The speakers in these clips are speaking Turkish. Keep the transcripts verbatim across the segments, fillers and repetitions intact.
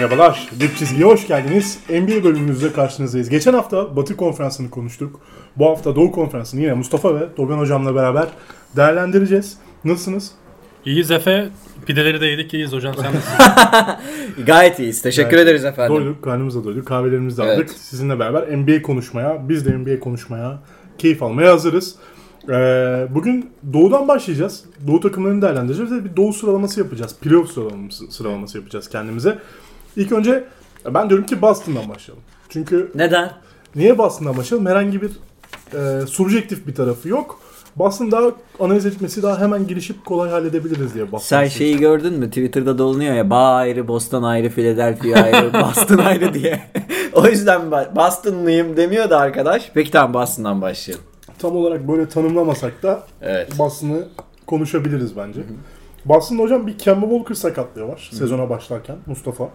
Merhabalar, Dip Çizgi'ye hoş geldiniz. N B A bölümümüzde karşınızdayız. Geçen hafta Batı Konferansı'nı konuştuk. Bu hafta Doğu Konferansı'nı yine Mustafa ve Dogan Hocam'la beraber değerlendireceğiz. Nasılsınız? İyiyiz Efe. Pideleri de yedik, iyiyiz hocam. Sen nasılsın? Gayet iyiyiz. Teşekkür Gayet ederiz efendim. Doyduk, karnımıza doyduk, kahvelerimizi de aldık. Evet. Sizinle beraber N B A konuşmaya, biz de N B A konuşmaya, keyif almaya hazırız. Ee, bugün Doğu'dan başlayacağız. Doğu takımlarını değerlendireceğiz ve bir Doğu sıralaması yapacağız. Playoff sıralaması, sıralaması yapacağız kendimize. İlk önce ben diyorum ki Boston'dan başlayalım. Çünkü neden? Niye Boston'dan başlayalım? Herhangi bir e, subjektif bir tarafı yok. Boston daha analiz etmesi, daha hemen girişip kolay halledebiliriz diye Boston. Sen şeyi gördün mü? Twitter'da dolanıyor ya, Bağ ayrı, Boston ayrı, Philadelphia ayrı, Boston ayrı diye. O yüzden Boston'lıyım demiyor da arkadaş. Peki tamam, Boston'dan başlayalım. Tam olarak böyle tanımlamasak da evet. Boston'ı konuşabiliriz bence. Hı hı. Boston'da hocam bir Kemba Walker sakatlığı var hı hı. sezona başlarken Mustafa.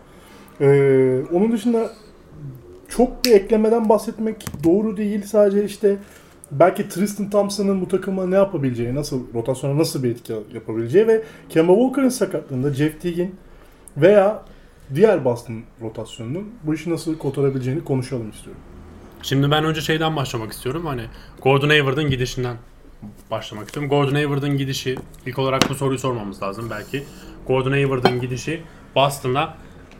Ee, onun dışında çok bir eklemeden bahsetmek doğru değil. Sadece işte belki Tristan Thompson'ın bu takıma ne yapabileceği, nasıl rotasyona nasıl bir etki yapabileceği ve Kemba Walker'ın sakatlığında Jeff Teague'in veya diğer Boston rotasyonunun bu işi nasıl kotarabileceğini konuşalım istiyorum. Şimdi ben önce şeyden başlamak istiyorum. Hani Gordon Hayward'ın gidişinden başlamak istiyorum. Gordon Hayward'ın gidişi, ilk olarak bu soruyu sormamız lazım belki. Gordon Hayward'ın gidişi Boston'a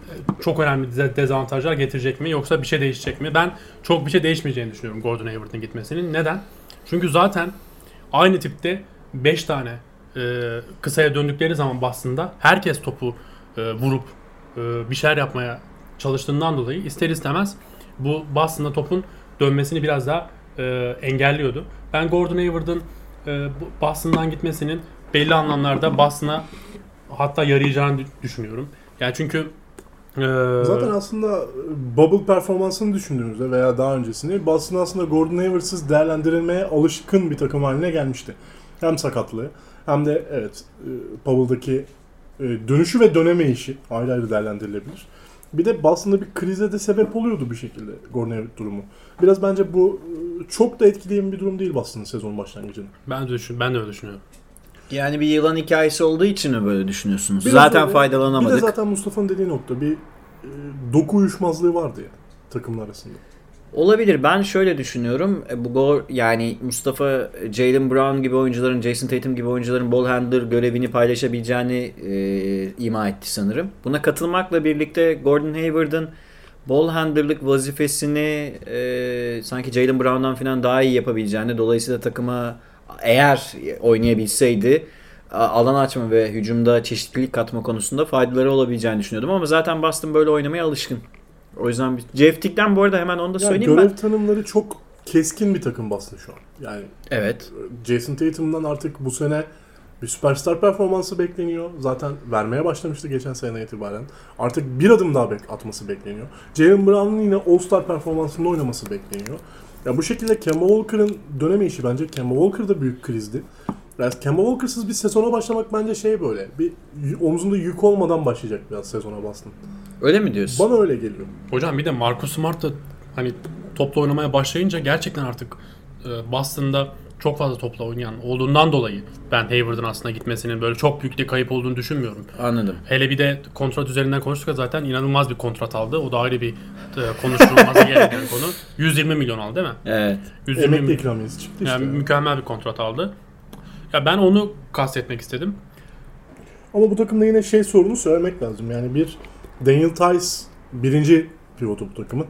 çok önemli dezavantajlar getirecek mi, yoksa bir şey değişecek mi? Ben çok bir şey değişmeyeceğini düşünüyorum Gordon Hayward'ın gitmesinin. Neden? Çünkü zaten aynı tipte beş tane e, kısaya döndükleri zaman Boston'da herkes topu e, vurup e, bir şeyler yapmaya çalıştığından dolayı ister istemez bu Boston'da topun dönmesini biraz daha e, engelliyordu. Ben Gordon Hayward'ın e, Boston'dan gitmesinin belli anlamlarda Boston'a hatta yarayacağını düşünüyorum. Yani çünkü e, zaten aslında bubble performansını düşündüğümüzde veya daha öncesini Boston aslında Gordon Hayward'sız değerlendirilmeye alışkın bir takım haline gelmişti. Hem sakatlığı hem de evet bubble'daki dönüşü ve dönemeyişi ayrı ayrı değerlendirilebilir. Bir de Boston'da bir krize de sebep oluyordu bir şekilde Gordon Hayward durumu. Biraz bence bu çok da etkileyen bir durum değil Boston'ın sezon başlangıcını. Ben de düşün, ben de öyle düşünüyorum. Yani bir yılan hikayesi olduğu için mi böyle düşünüyorsunuz? Biraz zaten öyle, faydalanamadık. Bir de zaten Mustafa'nın dediği nokta bir e, doku uyuşmazlığı vardı yani takımlar arasında. Olabilir. Ben şöyle düşünüyorum. Bu gol, yani Mustafa, Jaylen Brown gibi oyuncuların, Jason Tatum gibi oyuncuların ball handler görevini paylaşabileceğini e, ima etti sanırım. Buna katılmakla birlikte Gordon Hayward'ın ball handlerlık vazifesini e, sanki Jaylen Brown'dan falan daha iyi yapabileceğini, dolayısıyla takıma eğer oynayabilseydi alan açma ve hücumda çeşitlilik katma konusunda faydaları olabileceğini düşünüyordum ama zaten Boston böyle oynamaya alışkın. O yüzden Jeff Teague'den bu arada hemen onu da yani söyleyeyim görev ben. tanımları çok keskin bir takım Boston şu an. Yani evet. Jason Tatum'dan artık bu sene bir süperstar performansı bekleniyor. Zaten vermeye başlamıştı geçen sene itibaren. Artık bir adım daha bek- atması bekleniyor. Jaylen Brown'un yine All-Star performansında oynaması bekleniyor. Ya bu şekilde Kemba Walker'ın dönemeyişi bence Kemba Walker'da büyük krizdi. Yani Kemba Walker'sız bir sezona başlamak bence şey böyle. Bir omzunda yük olmadan başlayacak biraz sezona Boston. Öyle mi diyorsun? Bana öyle geliyor. Hocam bir de Marcus Smart da hani topla oynamaya başlayınca gerçekten artık e, Boston'da çok fazla topla oynayan olduğundan dolayı ben Hayward'ın aslında gitmesinin böyle çok büyük bir kayıp olduğunu düşünmüyorum. Anladım. Hele bir de kontrat üzerinden konuştuk zaten inanılmaz bir kontrat aldı. O da ayrı bir e, konuşulması gereken konu. yüz yirmi milyon aldı değil mi? Evet. Emekli ikramiyesi çıktı işte. Yani yani. Mükemmel bir kontrat aldı. Ya ben onu kastetmek istedim. Ama bu takımda yine şey sorunu söylemek lazım. Yani bir Daniel Tice birinci pivotu bu takımın.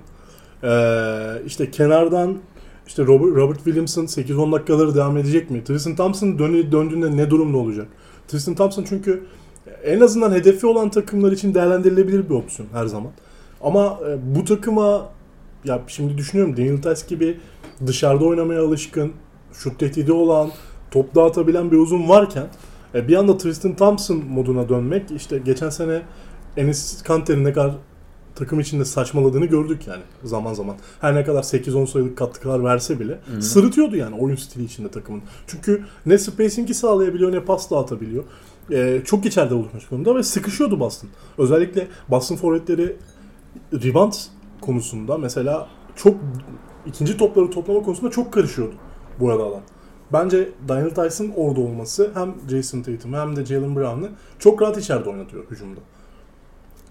Ee, işte kenardan işte Robert, Robert Williamson sekiz on dakikaları devam edecek mi? Tristan Thompson dön- döndüğünde ne durumda olacak? Tristan Thompson çünkü en azından hedefi olan takımlar için değerlendirilebilir bir opsiyon her zaman. Ama e, bu takıma ya şimdi düşünüyorum Daniel Tice gibi dışarıda oynamaya alışkın, şut tehdidi olan, top dağıtabilen bir uzun varken e, bir anda Tristan Thompson moduna dönmek, işte geçen sene Enes Kanter'in ne kadar takım içinde saçmaladığını gördük yani zaman zaman. Her ne kadar sekiz on sayılık katkılar verse bile Hı-hı. sırıtıyordu yani oyun stili içinde takımın. Çünkü ne spacing'i sağlayabiliyor ne pas dağıtabiliyor. Ee, çok içeride olmuş konuda ve sıkışıyordu Boston. Özellikle Boston forvetleri rebound konusunda mesela çok ikinci topları toplama konusunda çok karışıyordu bu arada alan. Bence Daniel Tice'ın orada olması hem Jason Tatum'u hem de Jaylen Brown'u çok rahat içeride oynatıyor hücumda.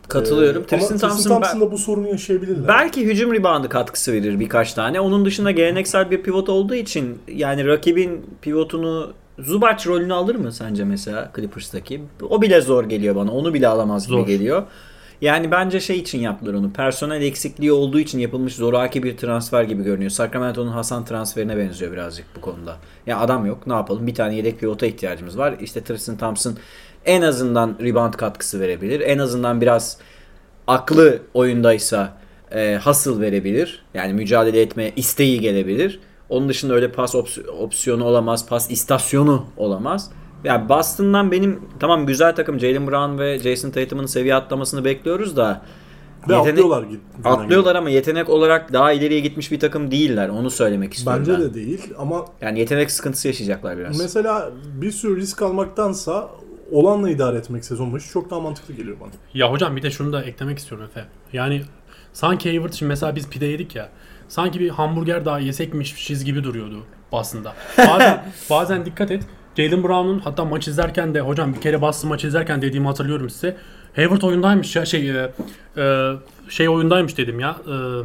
Katılıyorum. Ee, Tristan ama Tristan Thompson Thompson'da ben... bu sorunu yaşayabilirler. Belki hücum reboundı katkısı verir birkaç tane. Onun dışında geleneksel bir pivot olduğu için yani rakibin pivotunu Zubac rolünü alır mı sence mesela Clippers'taki? O bile zor geliyor bana. Onu bile alamaz gibi zor. geliyor. Yani bence şey için yaptılar onu. Personel eksikliği olduğu için yapılmış zoraki bir transfer gibi görünüyor. Sacramento'nun Hasan transferine benziyor birazcık bu konuda. Ya adam yok. Ne yapalım? Bir tane yedek pivota ihtiyacımız var. İşte Tristan Thompson en azından rebound katkısı verebilir. En azından biraz aklı oyundaysa e, hustle verebilir. Yani mücadele etme isteği gelebilir. Onun dışında öyle pas ops- opsiyonu olamaz. Pas istasyonu olamaz. Yani Boston'dan benim tamam güzel takım Jaylen Brown ve Jason Tatum'un seviye atlamasını bekliyoruz da ve yetenek, atlıyorlar. Atlıyorlar ama yetenek olarak daha ileriye gitmiş bir takım değiller. Onu söylemek istiyorum Bence ben. de değil ama yani yetenek sıkıntısı yaşayacaklar biraz. Mesela bir sürü risk almaktansa olanla idare etmek sezon başı çok daha mantıklı geliyor bana. Ya hocam bir de şunu da eklemek istiyorum Efe. Yani sanki Hayward için mesela biz pide yedik ya. Sanki bir hamburger daha yesekmişiz gibi duruyordu aslında. Bazen, bazen dikkat et. Jaylen Brown'un hatta maç izlerken de hocam bir kere Boston maçı izlerken dediğimi hatırlıyorum size. Hayward oyundaymış ya şey e, e, şey oyundaymış dedim ya.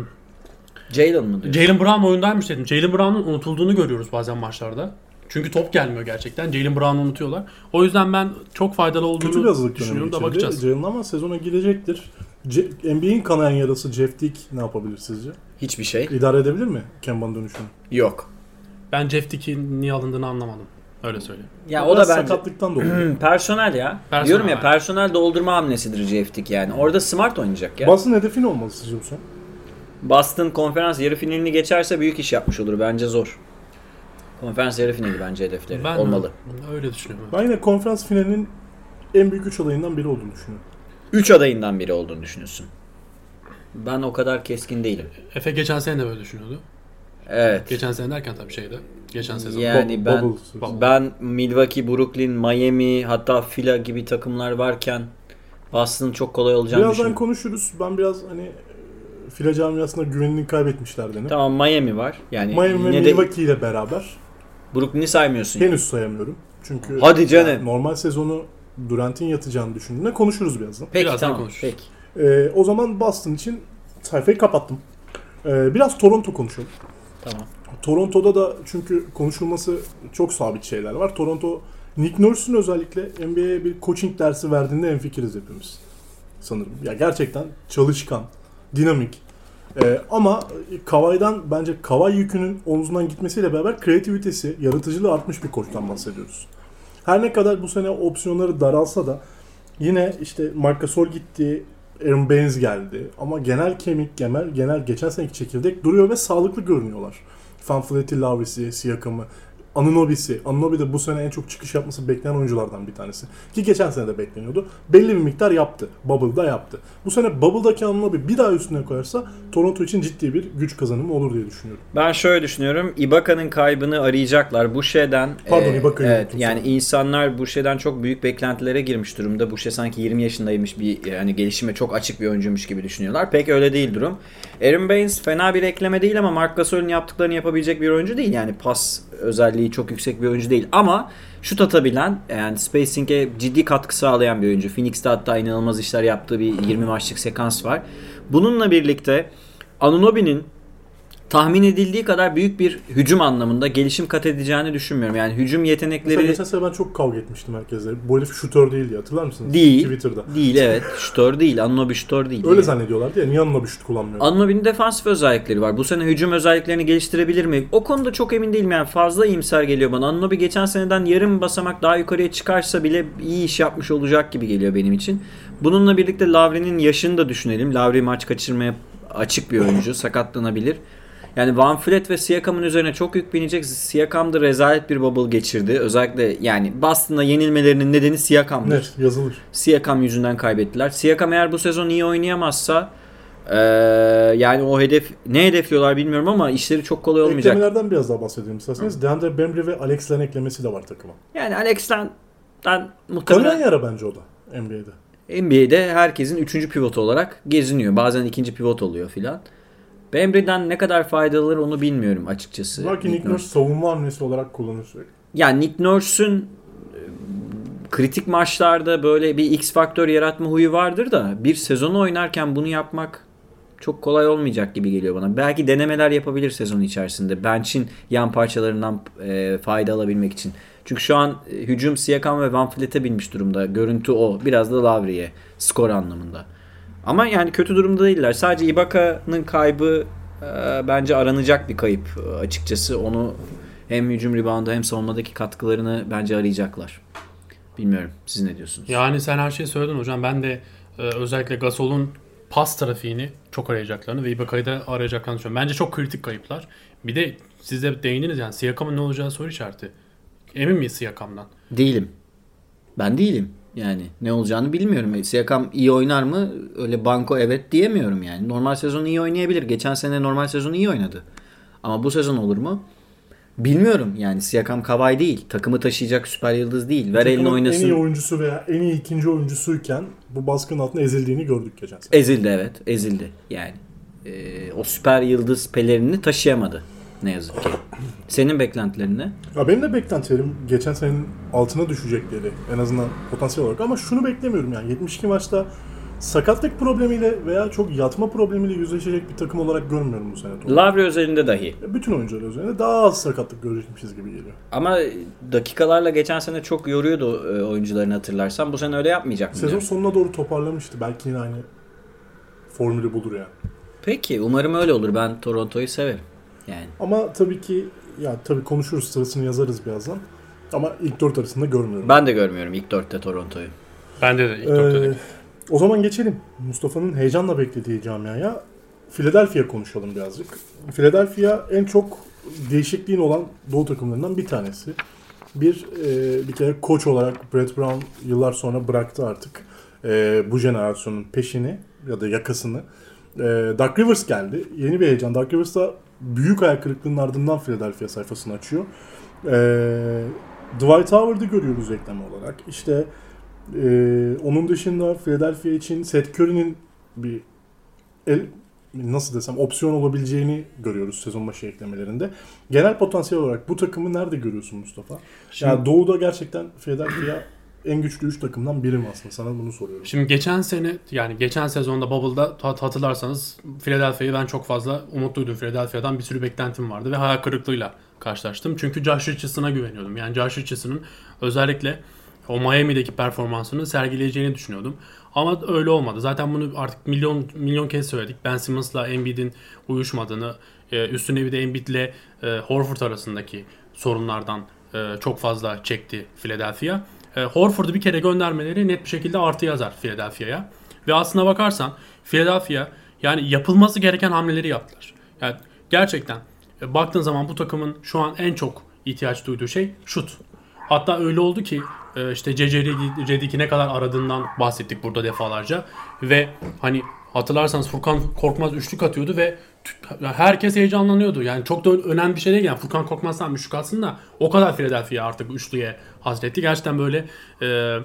E, Jaylen mı diyorsun? Jaylen Brown oyundaymış dedim. Jaylen Brown'un unutulduğunu görüyoruz bazen maçlarda. Çünkü top gelmiyor gerçekten. Jaylen Brown'u unutuyorlar. O yüzden ben çok faydalı olduğunu düşünüyorum da bakacağız. Jaylen ama sezona girecektir. C- N B A'in kanayan yarası Jeff Teague ne yapabilir sizce? Hiçbir şey. İdare edebilir mi Kemba'nın dönüşünü? Yok. Ben Jeff Teague'in niye alındığını anlamadım. Öyle söyleyeyim. Ya o da bence sakatlıktan dolayı. personel ya. Personel Diyorum ya var. personel doldurma hamlesidir Jeff Teague yani. Orada smart oynayacak ya. Boston hedefi ne olmalı sizce bu son? Boston konferans yarı finalini geçerse büyük iş yapmış olur. Bence zor. Konferans yarı finali bence hedefleri Ben olmalı. öyle düşünüyorum. Ben yine konferans finalinin en büyük üç adayından biri olduğunu düşünüyorum. üç adayından biri olduğunu düşünüyorsun. Ben o kadar keskin değilim. Efe geçen sene de böyle düşünüyordu. Evet. Geçen sene derken tabii şeyde. Geçen sezon. Yani Bob- ben Bubble. ben Milwaukee, Brooklyn, Miami hatta Philly gibi takımlar varken Boston'ın çok kolay olacağını Birazdan düşünüyorum. konuşuruz. Ben biraz hani file camiasında güvenini kaybetmişler deni. Tamam Miami var. Yani Miami ve yine de Milwaukee ile beraber Brooklyn'i saymıyorsun. henüz sayamıyorum. Çünkü Hadi canım. yani normal sezonu Durant'in yatacağını düşündüğünde konuşuruz birazdan. Peki Birazdan tamam. konuşuruz. Peki. Ee, o zaman Boston için sayfayı kapattım. Ee, biraz Toronto konuşalım. Tamam. Toronto'da da çünkü konuşulması çok sabit şeyler var. Toronto, Nick Nurse'un özellikle N B A'ye bir coaching dersi verdiğinde hemfikiriz hepimiz. Sanırım. Ya gerçekten çalışkan, dinamik. Ee, ama Kawhi'dan bence Kawhi yükünün omzundan gitmesiyle beraber kreativitesi, yaratıcılığı artmış bir koçtan bahsediyoruz. Her ne kadar bu sene opsiyonları daralsa da yine işte Marc Gasol gitti, Aaron Baines geldi ama genel kemik, genel, genel geçen seneki çekirdek duruyor ve sağlıklı görünüyorlar. VanVleet'i, Lowry'si, Siakam'ı, Anunoby'si. Anunoby de bu sene en çok çıkış yapması beklenen oyunculardan bir tanesi. Ki geçen sene de bekleniyordu. Belli bir miktar yaptı. Bubble'da yaptı. Bu sene Bubble'daki Anunoby bir daha üstüne koyarsa Toronto için ciddi bir güç kazanımı olur diye düşünüyorum. Ben şöyle düşünüyorum. Ibaka'nın kaybını arayacaklar. Boucher'den Pardon, e, Ibaka'yı evet, unuttum yani sana. insanlar Boucher'den çok büyük beklentilere girmiş durumda. Boucher sanki yirmi yaşındaymış, bir yani gelişime çok açık bir oyuncuymuş gibi düşünüyorlar. Pek öyle değil durum. Aaron Baines fena bir ekleme değil ama Marc Gasol'ün yaptıklarını yapabilecek bir oyuncu değil. Yani pas özelliği çok yüksek bir oyuncu değil ama şut atabilen, yani spacing'e ciddi katkı sağlayan bir oyuncu. Phoenix'te hatta inanılmaz işler yaptığı bir yirmi maçlık sekans var. Bununla birlikte Anunoby'nin tahmin edildiği kadar büyük bir hücum anlamında gelişim kat edeceğini düşünmüyorum. Yani hücum yetenekleri... Mesela geçen sene ben çok kavga etmiştim herkesle. Bu herif şutör değil diye hatırlar mısınız? Değil. Twitter'da. Değil evet. Şutör değil. Anunoby şutör değil. Öyle Yani. zannediyorlardı ya. Niye Anunoby şut kullanmıyor? Anunoby'nin defansif özellikleri var. Bu sene hücum özelliklerini geliştirebilir mi? O konuda çok emin değilim. Yani fazla iyimser geliyor bana. Anunoby geçen seneden yarım basamak daha yukarıya çıkarsa bile iyi iş yapmış olacak gibi geliyor benim için. Bununla birlikte Lowry'nin yaşını da düşünelim. Lowry maç kaçırmaya açık bir oyuncu. Sakatlanabilir. Yani VanVleet ve Siakam'ın üzerine çok yük binecek. Siakam da rezalet bir bubble geçirdi. Özellikle yani Boston'a yenilmelerinin nedeni Siakam'dır. Net yazılır. Siakam yüzünden kaybettiler. Siakam eğer bu sezon iyi oynayamazsa ee, yani o hedef ne hedefliyorlar bilmiyorum ama işleri çok kolay olmayacak. Eklemelerden biraz daha bahsedelim isterseniz. DeAndre Bembry ve Alex Len eklemesi de var takıma. Yani Alex'ten Kanayan muhtemelen yara bence o da N B A'de. N B A'de herkesin üçüncü pivotu olarak geziniyor. Bazen ikinci pivot oluyor filan. Bembry'den ne kadar faydalılar onu bilmiyorum açıkçası. Belki Nick Nurse savunma hamlesi olarak kullanır sürekli. Yani Nick Nurse'ün kritik maçlarda böyle bir X faktör yaratma huyu vardır da bir sezonu oynarken bunu yapmak çok kolay olmayacak gibi geliyor bana. Belki denemeler yapabilir sezon içerisinde. Bench'in yan parçalarından e, fayda alabilmek için. Çünkü şu an e, hücum Siakam ve Van Vliet'e binmiş durumda. Görüntü o. Biraz da Lavri'ye skor anlamında. Ama yani kötü durumda değiller. Sadece Ibaka'nın kaybı e, bence aranacak bir kayıp e, açıkçası. Onu hem hücum reboundu hem savunmadaki katkılarını bence arayacaklar. Bilmiyorum. Siz ne diyorsunuz? Yani sen her şeyi söyledin hocam. Ben de e, özellikle Gasol'un pas trafiğini çok arayacaklarını ve Ibaka'yı da arayacaklarını düşünüyorum. Bence çok kritik kayıplar. Bir de siz de değindiniz yani Siakam'ın ne olacağı soru işareti. Emin miyiz Siakam'dan? Değilim. Ben değilim. Yani ne olacağını bilmiyorum. Siakam iyi oynar mı? Öyle banko evet diyemiyorum yani. Normal sezon iyi oynayabilir. Geçen sene normal sezon iyi oynadı. Ama bu sezon olur mu? Bilmiyorum yani. Siakam Kawhi değil. Takımı taşıyacak süper yıldız değil. Ver elini oynasın. En iyi oyuncusu veya en iyi ikinci oyuncusuyken bu baskının altında ezildiğini gördük geçen sene. Ezildi evet. Ezildi yani. Ee, o süper yıldız pelerini taşıyamadı. Ne yazık ki. Senin beklentilerin ne? Ya benim de beklentilerim geçen senenin altına düşecekleri en azından potansiyel olarak ama şunu beklemiyorum yani yetmiş iki maçta sakatlık problemiyle veya çok yatma problemiyle yüzleşecek bir takım olarak görmüyorum bu sene. Lavri özelinde dahi. Bütün oyuncular özelinde daha az sakatlık görecekmişiz gibi geliyor. Ama dakikalarla geçen sene çok yoruyordu oyuncularını hatırlarsan. Bu sene öyle yapmayacak mı? Sezon sonuna doğru toparlamıştı. Belki yine aynı formülü bulur yani. Peki umarım öyle olur. Ben Toronto'yu severim. Yani. Ama tabii ki ya tabii konuşuruz sırasını yazarız birazdan. Ama ilk dört arasında görmüyorum. Ben de görmüyorum ilk dörtte Toronto'yu. Bende de ilk dörtte ee, O zaman geçelim. Mustafa'nın heyecanla beklediği camiaya. Philadelphia konuşalım birazcık. Philadelphia en çok değişikliğin olan Doğu takımlarından bir tanesi. Bir e, bir kere koç olarak Brett Brown yıllar sonra bıraktı artık e, bu jenerasyonun peşini ya da yakasını. E, Doug Rivers geldi. Yeni bir heyecan. Doug Rivers da büyük hayal kırıklığının ardından Philadelphia sayfasını açıyor. E, Dwight Howard'ı görüyoruz ekleme olarak. İşte e, onun dışında Philadelphia için Seth Curry'nin bir el, nasıl desem opsiyon olabileceğini görüyoruz sezon başı eklemelerinde. Genel potansiyel olarak bu takımı nerede görüyorsun Mustafa? Şimdi, yani Doğu'da gerçekten Philadelphia en güçlü üç takımdan biri mi aslında? Sana bunu soruyorum. Şimdi geçen sene yani geçen sezonda Bubble'da hatırlarsanız Philadelphia'yı ben çok fazla umutluydum. Philadelphia'dan bir sürü beklentim vardı ve hayal kırıklığıyla karşılaştım. Çünkü Josh Richardson'a güveniyordum. Yani Josh Richardson'ın özellikle o Miami'deki performansını sergileyeceğini düşünüyordum. Ama öyle olmadı. Zaten bunu artık milyon milyon kez söyledik. Ben Simmons'la Embiid'in uyuşmadığını, üstüne bir de Embiid'le Horford arasındaki sorunlardan çok fazla çekti Philadelphia. Horford'u bir kere göndermeleri net bir şekilde artı yazar Philadelphia'ya. Ve aslına bakarsan Philadelphia yani yapılması gereken hamleleri yaptılar. Yani gerçekten baktığın zaman bu takımın şu an en çok ihtiyaç duyduğu şey şut. Hatta öyle oldu ki işte C C Redick'i ne kadar aradığından bahsettik burada defalarca. Ve hani hatırlarsanız Furkan Korkmaz üçlük atıyordu ve herkes heyecanlanıyordu. Yani çok da önemli bir şey değil yani Furkan Korkmaz'dan üçlük atsın da o kadar Philadelphia artık üçlüye hasretti. Gerçekten böyle e,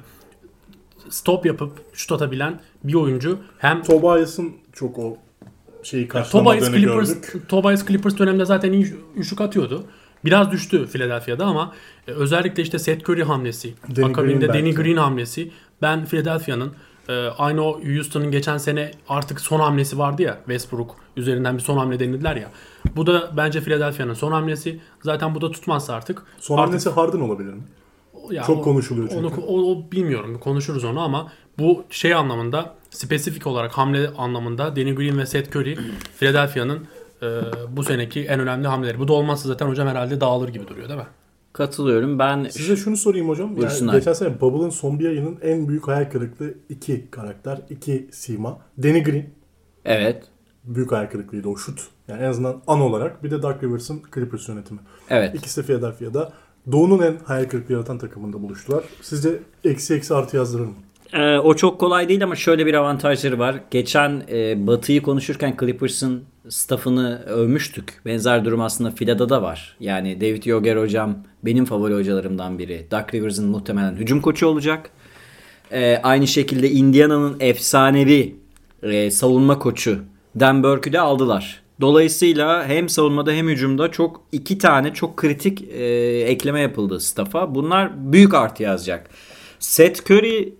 stop yapıp şut atabilen bir oyuncu. Hem Tobias'ın çok o şeyi karşılamadığını Clippers, gördük. Tobias Clippers döneminde zaten iyi üçlük atıyordu. Biraz düştü Philadelphia'da ama e, özellikle işte Seth Curry hamlesi, Danny akabinde Green Danny Green hamlesi. Ben Philadelphia'nın e, aynı o Houston'ın geçen sene artık son hamlesi vardı ya, Westbrook üzerinden bir son hamle denildiler ya. Bu da bence Philadelphia'nın son hamlesi. Zaten bu da tutmazsa artık. Son artık, hamlesi Harden olabilir mi? Ya Çok o, konuşuluyor çünkü. Onu, o, o bilmiyorum, konuşuruz onu ama bu şey anlamında, spesifik olarak hamle anlamında Danny Green ve Seth Curry Philadelphia'nın e, bu seneki en önemli hamleleri. Bu da olmazsa zaten hocam herhalde dağılır gibi duruyor değil mi? Katılıyorum. Ben size şunu sorayım hocam. Yani geçen sene Bubble'ın son bir ayının en büyük hayal kırıklığı iki karakter, iki sima. Danny Green. Evet. Büyük hayal kırıklığıydı o şut. Yani en azından an olarak. Bir de Doug Rivers'ın Clippers yönetimi. Evet. İkisi de Philadelphia'da. Doğu'nun en hayal kırıklığı yaratan takımında buluştular. Sizce eksi eksi artı yazdırır mı? Ee, o çok kolay değil ama şöyle bir avantajları var. Geçen e, Batı'yı konuşurken Clippers'ın staffını övmüştük. Benzer durum aslında Fila'da da var. Yani David Yoger hocam benim favori hocalarımdan biri. Doug Rivers'ın muhtemelen hücum koçu olacak. Ee, aynı şekilde Indiana'nın efsanevi e, savunma koçu Dan Burke'ü de aldılar. Dolayısıyla hem savunmada hem hücumda çok iki tane çok kritik e, ekleme yapıldı staff'a. Bunlar büyük artı yazacak. Seth Curry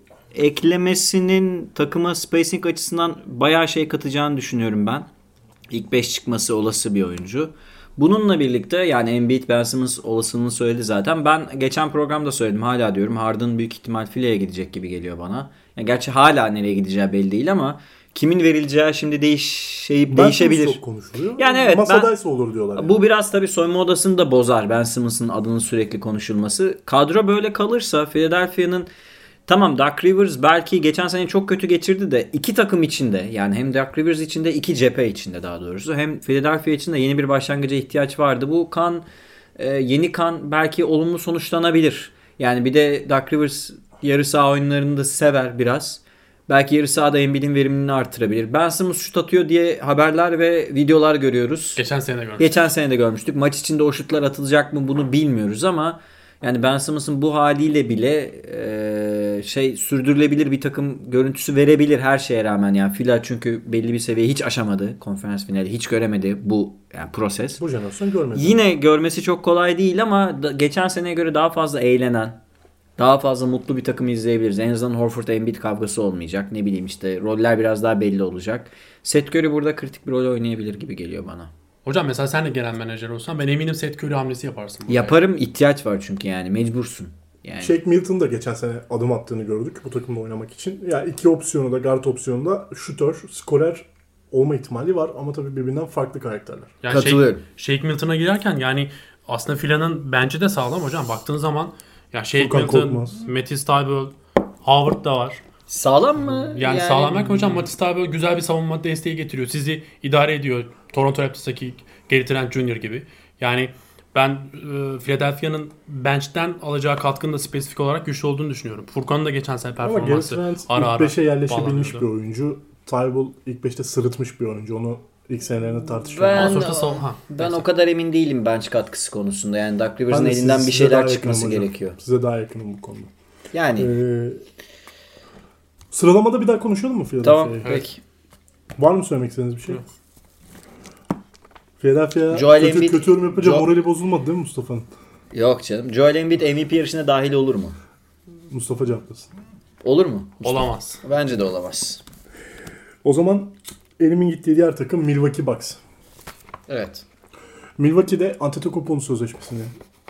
eklemesinin takıma spacing açısından bayağı şey katacağını düşünüyorum ben. İlk beş çıkması olası bir oyuncu. Bununla birlikte yani Embiid, Ben Simmons olasılığını söyledi zaten. Ben geçen programda söyledim, hala diyorum. Harden büyük ihtimal fileye gidecek gibi geliyor bana. Yani gerçi hala nereye gideceği belli değil ama kimin verileceği şimdi değişeyip Ben değişebilir. çok konuşuluyor. Yani evet, Masadaysa ben, olur diyorlar. Yani. Bu biraz tabii soyunma odasını da bozar. Ben Simmons'ın adının sürekli konuşulması. Kadro böyle kalırsa Philadelphia'nın tamam, Doc Rivers belki geçen sene çok kötü geçirdi de iki takım içinde, yani hem Doc Rivers içinde, iki cephe içinde daha doğrusu, hem Philadelphia için de yeni bir başlangıca ihtiyaç vardı. Bu kan e, yeni kan belki olumlu sonuçlanabilir. Yani bir de Doc Rivers yarı saha oyunlarını da sever biraz. Belki yarı sahada Embiid'in verimliliğini artırabilir. Ben Simmons şut atıyor diye haberler ve videolar görüyoruz. Geçen sene de görmüştük. Geçen sene de görmüştük. Maç içinde o şutlar atılacak mı bunu bilmiyoruz ama yani Ben Simmons'ın bu haliyle bile e, şey sürdürülebilir bir takım görüntüsü verebilir her şeye rağmen. Yani Fila çünkü belli bir seviyeyi hiç aşamadı. Konferans finali hiç göremedi bu yani proses. Bu jenerasyon görmedi. Yine görmesi çok kolay değil ama da, geçen seneye göre daha fazla eğlenen, daha fazla mutlu bir takım izleyebiliriz. En azından Horford-Embiid kavgası olmayacak. Ne bileyim işte roller biraz daha belli olacak. Seth Curry burada kritik bir rol oynayabilir gibi geliyor bana. Hocam mesela sen de genel menajer olsan ben eminim Seth Curry hamlesi yaparsın. Buraya. Yaparım, ihtiyaç var çünkü yani mecbursun. Yani. Shake Milton da geçen sene adım attığını gördük bu takımda oynamak için. Yani iki opsiyonu da, guard opsiyonu da şutör, skorer olma ihtimali var ama tabii birbirinden farklı karakterler. Yani Katılıyorum. Shake, Shake Milton'a girerken yani aslında Fila'nın bence de sağlam hocam. Baktığın zaman ya Shake Furkan Milton, Korkmaz. Matisse Thybulle, Howard da var. Sağlam mı? Yani, Yani sağlam derken hocam Matisse Thybulle güzel bir savunma desteği getiriyor. Sizi idare ediyor. Toronto Raptors'taki Gary Trent Junior gibi. Yani ben e, Philadelphia'nın bench'ten alacağı katkının da spesifik olarak güçlü olduğunu düşünüyorum. Furkan'ın da geçen sene Ama Gary performansı Trent ara ara ilk beşe yerleşebilmiş bağlanıyordu. bir oyuncu. Thybulle ilk beşte sırıtmış bir oyuncu. Onu ilk senelerinde tartışıyoruz. Ben, Ondan sonra savun- ha, ben neyse. o kadar emin değilim bench katkısı konusunda. Yani Doc Rivers'ın Ben de elinden siz- bir size şeyler daha çıkması yakınım hocam. gerekiyor. Size daha yakınım bu konuda. Yani Ee, sıralamada bir daha konuşalım mı Philadelphia'yı? tamam peki. Var mı söylemek istediğiniz bir şey? Yok. Philadelphia Joel kötü, Embiid- kötü yorum yapınca Jo- morali bozulmadı değil mi Mustafa'nın? Yok canım. Joel Embiid M V P yarışına dahil olur mu? Mustafa cevaplasın. Olur mu? Olamaz. Bence de olamaz. O zaman elimin gittiği diğer takım Milwaukee Bucks. Evet. Milwaukee'de Antetokounmpo'nun sözleşmesini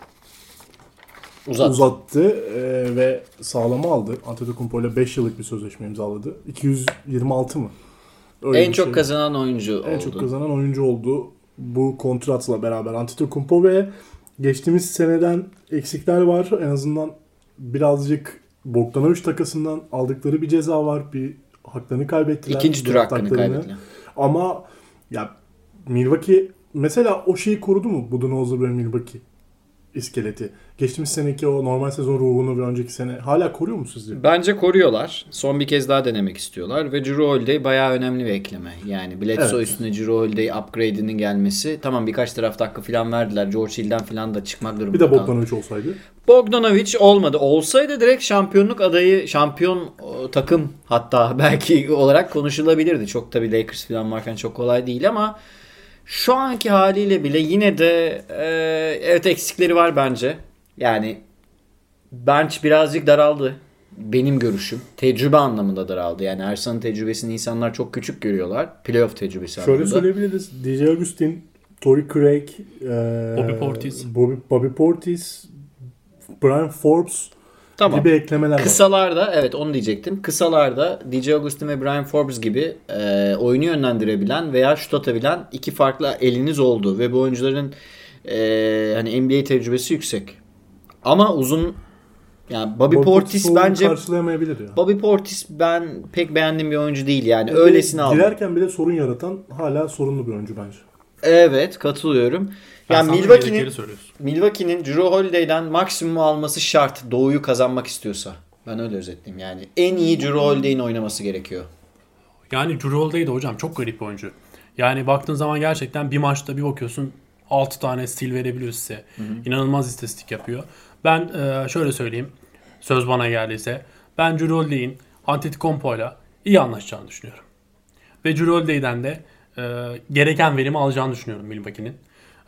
Uzat. uzattı e, ve sağlama aldı. Antetokounmpo ile beş yıllık bir sözleşme imzaladı. iki yüz yirmi altı mı? Öyle En bir çok şey. kazanan oyuncu En oldu. çok kazanan oyuncu oldu bu kontratla beraber Antetokounmpo ve geçtiğimiz seneden eksikler var. En azından birazcık Bogdanovic takasından aldıkları bir ceza var. Bir haklarını kaybettiler. İkinci tur Draft hakkını haklarını. kaybettiler. Ama ya Milwaukee mesela o şeyi korudu mu? Budenholzer ve Milwaukee iskeleti. Geçtiğimiz seneki o normal sezon ruhunu ve önceki sene hala koruyor mu sizce? Bence koruyorlar. Son bir kez daha denemek istiyorlar. Ve Jrue Holiday bayağı önemli bir ekleme. Yani Bledsoe Evet. üstüne Jrue Holiday upgrade'inin gelmesi. Tamam, birkaç draft hakkı falan verdiler. George Hill'den falan da çıkmak durumunda Bir de kaldı. Bogdanovic olsaydı. Bogdanovic olmadı. Olsaydı direkt şampiyonluk adayı, şampiyon o, takım hatta belki olarak konuşulabilirdi. Çok tabii Lakers falan varken çok kolay değil ama şu anki haliyle bile yine de e, evet eksikleri var bence. Yani bench birazcık daraldı. Benim görüşüm. Tecrübe anlamında daraldı. Yani Ersan'ın tecrübesini insanlar çok küçük görüyorlar. Playoff tecrübesi Şöyle anlamında. söyleyebiliriz. D J Augustin, Torrey Craig, e, Bobby Portis. Bobby, Bobby Portis, Brian Forbes Tamam. gibi eklemeler var. Kısalarda, evet onu diyecektim. Kısalarda D J Augustin ve Brian Forbes gibi e, oyunu yönlendirebilen veya şut atabilen iki farklı eliniz oldu ve bu oyuncuların e, hani N B A tecrübesi yüksek. Ama uzun, yani Bobby, Portis onu bence karşılayamayabilir ya. Bobby Portis ben pek beğendiğim bir oyuncu değil yani. Ve Öylesine aldım. girerken bile sorun yaratan hala sorunlu bir oyuncu bence. Evet, katılıyorum. Ben Yani sana Milwaukee'nin yedekleri söylüyorsun. Milwaukee'nin Jrue Holiday'den maksimumu alması şart. Doğu'yu kazanmak istiyorsa. Ben öyle özetleyeyim yani. En iyi Jrue Holiday'in oynaması gerekiyor. Yani Jrue Holiday de hocam çok garip bir oyuncu. Yani baktığın zaman gerçekten bir maçta bir bakıyorsun altı tane steal verebiliyor size. Hı hı. İnanılmaz istatistik yapıyor. Ben e, şöyle söyleyeyim. Söz bana geldiyse. Ben Jrue Holiday'in Antetokounmpo'yla iyi anlaşacağını düşünüyorum. Ve Jrue Holiday'den de e, gereken verimi alacağını düşünüyorum Milwaukee'nin.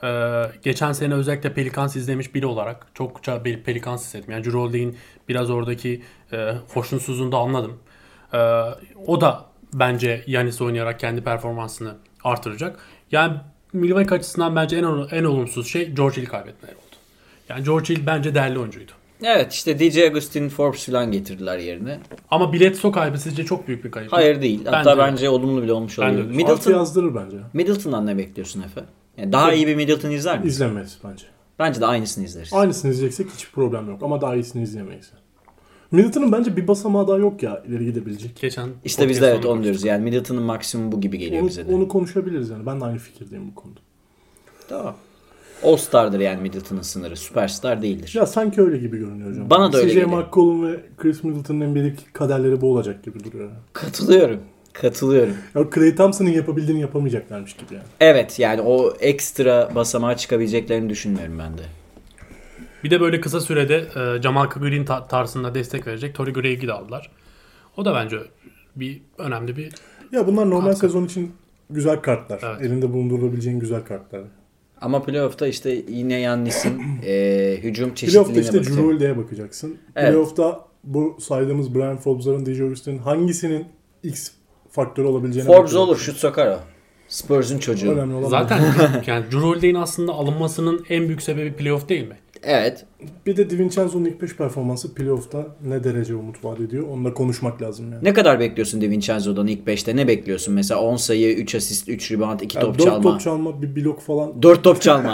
Ee, geçen sene özellikle Pelicans izlemiş biri olarak çokça bir Pelicans izledim. Yani Jrue Holiday'in biraz oradaki e, hoşnutsuzluğunu da anladım. Ee, o da bence Giannis oynayarak kendi performansını artıracak. Yani Milwaukee açısından bence en en olumsuz şey George Hill kaybetmeleri oldu. Yani George Hill bence değerli oyuncuydu. Evet, işte D J Augustin, Forbes falan getirdiler yerine. Ama Bledsoe kaybı sizce çok büyük bir kayıp. Hayır değil. Hatta bence, bence olumlu bile olmuş olabilir. Middleton Altı yazdırır bence. Middleton'dan ne bekliyorsun Efe? Yani daha iyi bir Middleton izler misin? İzlemeyiz bence. Bence de aynısını izleriz. Aynısını izleyeceksek hiçbir problem yok ama daha iyisini izleyemeyiz. Middleton'ın bence bir basamağı daha yok ya ileri gidebilecek. Geçen işte biz de evet onu diyoruz. Yani Middleton'ın maksimum bu gibi geliyor onu, bize de. Onu konuşabiliriz yani. Ben de aynı fikirdeyim bu konuda. Tamam. All-Star'dır yani Middleton'ın sınırı. Süperstar değildir. Ya sanki öyle gibi görünüyor hocam. Bana da öyle geliyor. geliyor. C J McCollum ve Chris Middleton'ın N B A'deki kaderleri bu olacak gibi duruyor. Katılıyorum. Katılıyorum. Ya Klay Thompson'ın yapabildiğini yapamayacaklarmış gibi yani. Evet yani o ekstra basamağa çıkabileceklerini düşünmüyorum ben de. Bir de böyle kısa sürede e, Jamal Green ta- tarzında destek verecek Torrey Craig'i de aldılar. O da bence bir önemli bir Ya bunlar normal katkı. sezon için güzel kartlar. Evet. Elinde bulundurabileceğin güzel kartlar. Ama playoff'ta işte yine Yannis'in e, hücum çeşitliliğine Playoff'ta işte bakacak. Jrue Holiday'e bakacaksın. Evet. Playoff'ta bu saydığımız Brian Forbes'ların, D J Augustin'in hangisinin X faktörü olabileceğine Forbes bakacaksın. olur, şut sokar o. Spurs'un çocuğu. Önemli olan zaten yani Jrue Holiday'in aslında alınmasının en büyük sebebi playoff değil mi? Evet. bir de DiVincenzo'nun ilk beş performansı playoff'ta ne derece umut vaat ediyor? Onunla konuşmak lazım yani. Ne kadar bekliyorsun DiVincenzo'dan ilk beşte? Ne bekliyorsun? Mesela on sayı, üç asist, üç rebound, iki Yani top dört çalma. top çalma, bir blok falan. dört top çalma.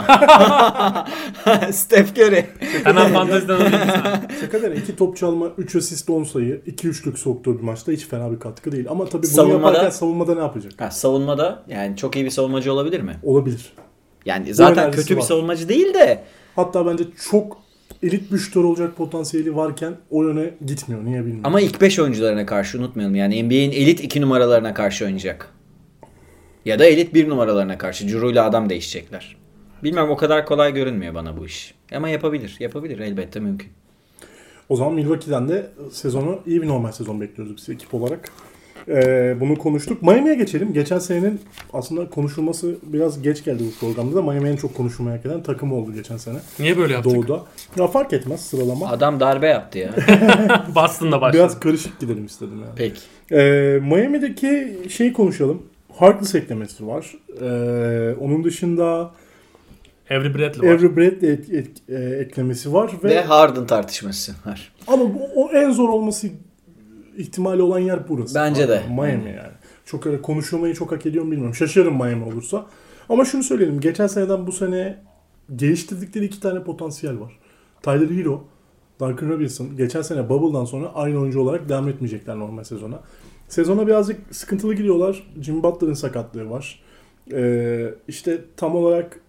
Steph Curry. Hemen fanteziden alayım sen. Şaka değil. iki top çalma, üç asist, on sayı, iki üçlük soktuğu bir maçta hiç fena bir katkı değil. Ama tabii bunu Savunmada- yaparken savunmada ne yapacak? Ha, savunmada yani çok iyi bir savunmacı olabilir mi? Olabilir. Yani zaten enerjisi kötü bir var. savunmacı değil de Hatta bence çok elit bir şutör olacak potansiyeli varken o yöne gitmiyor. Niye bilmiyorum. ama ilk beş oyuncularına karşı unutmayalım. Yani N B A'in elit iki numaralarına karşı oynayacak. Ya da elit bir numaralarına karşı. Jrue ile adam değişecekler. Bilmem o kadar kolay görünmüyor bana bu iş. Ama yapabilir. Yapabilir elbette mümkün. O zaman Milwaukee'den de sezonu iyi bir normal sezon bekliyoruz biz ekip olarak. Ee, bunu konuştuk. Miami'ye geçelim. Geçen senenin aslında konuşulması biraz geç geldi bu programda da Miami en çok konuşulmaya hak eden takım oldu geçen sene. Niye böyle yaptık? Doğu'da. Ya fark etmez sıralama. Adam darbe yaptı ya. Boston'da başladı. Biraz karışık gidelim istedim yani. Peki. Ee, Miami'deki şeyi konuşalım. Harkless eklemesi var. Ee, onun dışında Avery Bradley var. Avery Bradley et- et- e, eklemesi var ve, Ve Harden tartışması var. ama bu, o en zor olması ihtimali olan yer burası. Bence de. Miami yani. Çok öyle konuşulmayı çok hak ediyor mu bilmiyorum. Şaşırırım Miami olursa. Ama şunu söyleyelim. Geçen seneden bu sene geliştirdikleri iki tane potansiyel var. Tyler Hero, Duncan Robinson. Geçen sene Bubble'dan sonra aynı oyuncu olarak devam etmeyecekler normal sezona. Sezona birazcık sıkıntılı gidiyorlar. Jimmy Butler'ın sakatlığı var. Ee, işte tam olarak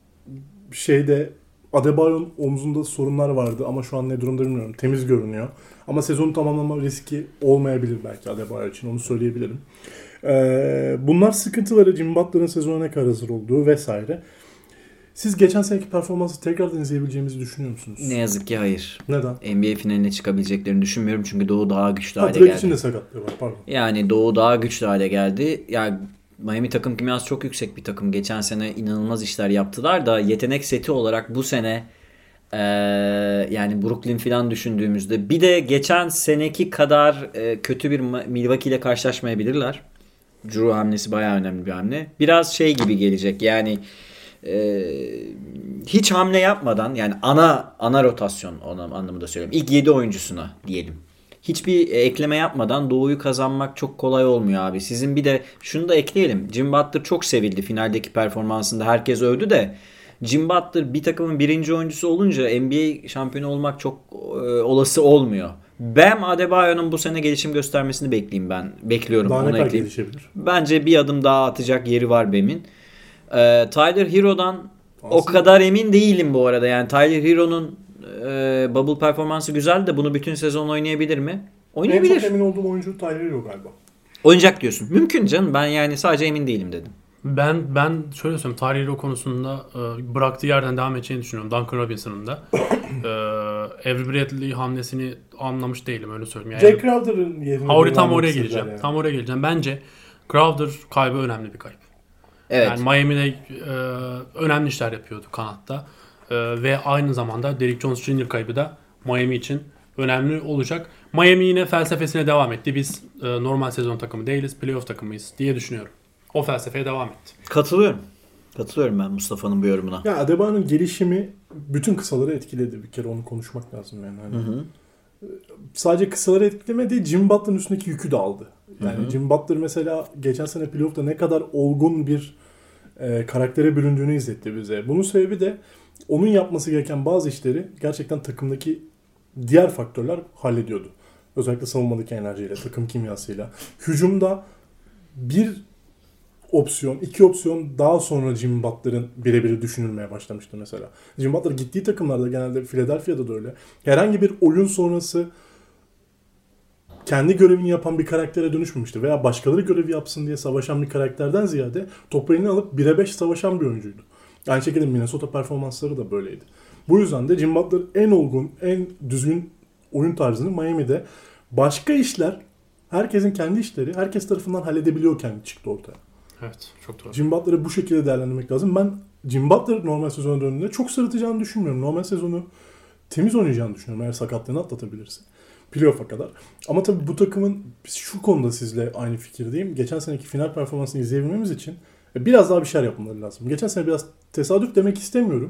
şeyde Adebayo'nun omzunda sorunlar vardı ama şu an ne durumda bilmiyorum. Temiz görünüyor. Ama sezonu tamamlama riski olmayabilir belki Adebayo için, onu söyleyebilirim. Ee, bunlar sıkıntıları, Jimmy Butler'ın sezona ne kadar hazır olduğu vesaire. Siz geçen seneki performansı tekrardan izleyebileceğimizi düşünüyor musunuz? Ne yazık ki hayır. Neden? N B A finaline çıkabileceklerini düşünmüyorum çünkü Doğu daha güçlü Ha, hale Drake geldi. için de sakatlığı var, pardon. Yani Doğu daha güçlü hale geldi. Yani Miami takım kimyası çok yüksek bir takım. Geçen sene inanılmaz işler yaptılar da yetenek seti olarak bu sene ee, yani Brooklyn falan düşündüğümüzde bir de geçen seneki kadar e, kötü bir Milwaukee ile karşılaşmayabilirler. Jrue hamlesi bayağı önemli bir hamle. Biraz şey gibi gelecek yani e, hiç hamle yapmadan yani ana ana rotasyon anlamında söylüyorum. İlk yedi oyuncusuna diyelim. Hiçbir ekleme yapmadan Doğu'yu kazanmak çok kolay olmuyor abi. Sizin bir de şunu da ekleyelim. Jim Butler çok sevildi finaldeki performansında. Herkes övdü de Jim Butler bir takımın birinci oyuncusu olunca N B A şampiyonu olmak çok e, olası olmuyor. Bam Adebayo'nun bu sene gelişim göstermesini bekleyeyim ben. Bekliyorum. Daha onu ne kadar ekleyeyim. gelişebilir? Bence bir adım daha atacak yeri var Bam'in. Ee, Tyler Hero'dan Aslında... o kadar emin değilim bu arada. Yani Tyler Hero'nun e, bubble performansı güzel de bunu bütün sezon oynayabilir mi? Oynayabilir. En çok emin olduğum oyuncu Tyler Hero galiba. Oynayacak diyorsun. Mümkün canım. Ben yani sadece emin değilim dedim. Ben ben şöyle söyleyeyim. Tyler Hero konusunda e, bıraktığı yerden devam edeceğini düşünüyorum. Duncan Robinson'ın da. e, Avery Bradley hamlesini anlamış değilim, öyle söyleyeyim. Yani, Jay Crowder'ın yerine... Havri tam oraya istediler geleceğim. yani. Tam oraya geleceğim. Bence Crowder kaybı önemli bir kayıp. Evet. Yani Miami'de e, önemli işler yapıyordu kanatta. E, ve aynı zamanda Derrick Jones Junior kaybı da Miami için önemli olacak. Miami yine felsefesine devam etti. Biz e, normal sezon takımı değiliz, playoff takımıyız diye düşünüyorum. O felsefeye devam etti. Katılıyorum. Katılıyorum ben Mustafa'nın bu yorumuna. Ya Adebayo'nun gelişimi bütün kısaları etkiledi. Bir kere onu konuşmak lazım yani. Hani Hı hı. sadece kısaları etkilemedi, Jimmy Butler'ın üstündeki yükü de aldı. Yani Hı hı. Jimmy Butler mesela geçen sene playoff'ta ne kadar olgun bir e, karaktere büründüğünü izletti bize. Bunun sebebi de onun yapması gereken bazı işleri gerçekten takımdaki diğer faktörler hallediyordu. Özellikle savunmadaki enerjiyle, takım kimyasıyla. Hücumda bir opsiyon, iki opsiyon daha sonra Jimmy Butler'ın birebiri düşünülmeye başlamıştı mesela. Jimmy Butler gittiği takımlarda, genelde Philadelphia'da da öyle, herhangi bir oyun sonrası kendi görevini yapan bir karaktere dönüşmemişti. Veya başkaları görevi yapsın diye savaşan bir karakterden ziyade topu eline alıp bire beş savaşan bir oyuncuydu. Aynı şekilde Minnesota performansları da böyleydi. Bu yüzden de Jimmy Butler en olgun, en düzgün oyun tarzını Miami'de başka işler, herkesin kendi işleri, herkes tarafından halledebiliyorken çıktı ortaya. Evet, çok doğru. Jimmy Butler'ı bu şekilde değerlendirmek lazım. Ben Jimmy Butler normal sezona döndüğünde çok sırıtacağını düşünmüyorum. Normal sezonu temiz oynayacağını düşünüyorum eğer sakatlığını atlatabilirse. Playoff'a kadar. Ama tabii bu takımın şu konuda sizle aynı fikirdeyim. Geçen seneki final performansını izleyebilmemiz için biraz daha bir şeyler yapmaları lazım. Geçen sene biraz tesadüf demek istemiyorum.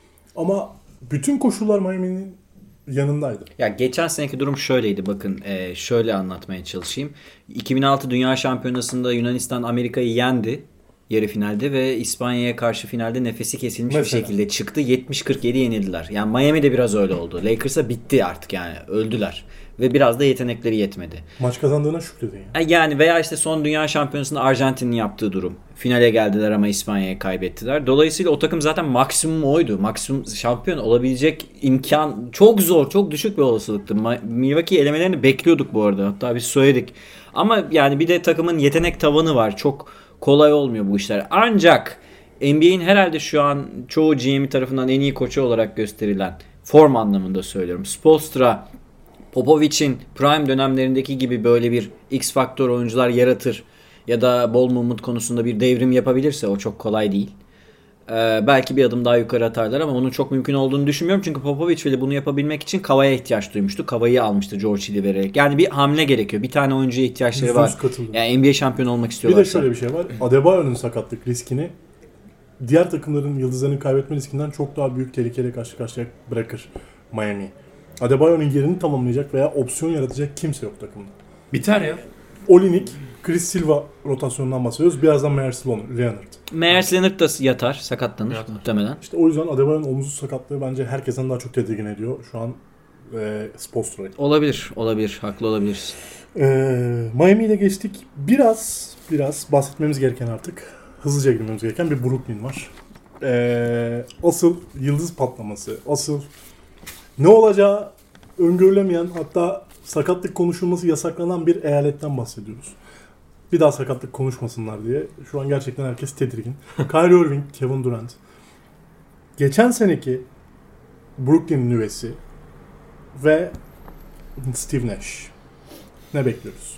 Ama bütün koşullar Miami'nin yanındaydı. Ya geçen seneki durum şöyleydi, bakın e, şöyle anlatmaya çalışayım. iki bin altı Dünya Şampiyonası'nda Yunanistan Amerika'yı yendi yarı finalde ve İspanya'ya karşı finalde nefesi kesilmiş Mesela. bir şekilde çıktı. yetmiş kırk yedi yenildiler. Yani Miami'de biraz öyle oldu. Lakers'a bitti artık, yani öldüler. Ve biraz da yetenekleri yetmedi. Maç kazandığına şükredin yani. Yani veya işte son Dünya Şampiyonası'nda Arjantin'in yaptığı durum. Finale geldiler ama İspanya'ya kaybettiler. Dolayısıyla o takım zaten maksimum oydu. Maksimum şampiyon olabilecek imkan çok zor, çok düşük bir olasılıktı. Milwaukee elemelerini bekliyorduk bu arada. Hatta biz söyledik. Ama yani bir de takımın yetenek tavanı var. Çok kolay olmuyor bu işler. Ancak N B A'in herhalde şu an çoğu G M tarafından en iyi koçu olarak gösterilen, form anlamında söylüyorum, Spoelstra, Popovic'in prime dönemlerindeki gibi böyle bir X faktör oyuncular yaratır ya da ball movement konusunda bir devrim yapabilirse, o çok kolay değil. Ee, belki bir adım daha yukarı atarlar ama onun çok mümkün olduğunu düşünmüyorum. Çünkü Popovic bile bunu yapabilmek için Kavai'ye ihtiyaç duymuştu. Kavai'yi almıştı George Hill'i vererek. Yani bir hamle gerekiyor. Bir tane oyuncuya ihtiyaçları var. Katıldım. Yani N B A şampiyonu olmak Bir istiyorlarsa. de şöyle bir şey var. Adebayo'nun sakatlık riskini diğer takımların yıldızlarını kaybetme riskinden çok daha büyük tehlikeyle karşı karşıya bırakır Miami. Adebayo'nun yerini tamamlayacak veya opsiyon yaratacak kimse yok takımda. Biter ya. Olinik, Chris Silva rotasyonundan bahsediyoruz. Birazdan Myers Leonard. Myers Leonard da yatar, sakatlanır Yatar. muhtemelen. İşte o yüzden Adebayo'nun omuz sakatlığı bence herkesten daha çok tedirgin ediyor şu an e, Spoelstra'yı. Olabilir, olabilir. Haklı olabilirsin. E, Miami ile geçtik. Biraz, biraz bahsetmemiz gereken, artık hızlıca girmemiz gereken bir Brooklyn var. E, asıl yıldız patlaması, asıl ne olacağı öngörülemeyen, hatta sakatlık konuşulması yasaklanan bir eyaletten bahsediyoruz. Bir daha sakatlık konuşmasınlar diye. Şu an gerçekten herkes tedirgin. Kyrie Irving, Kevin Durant. Geçen seneki Brooklyn nüvesi ve Steve Nash. Ne bekliyoruz?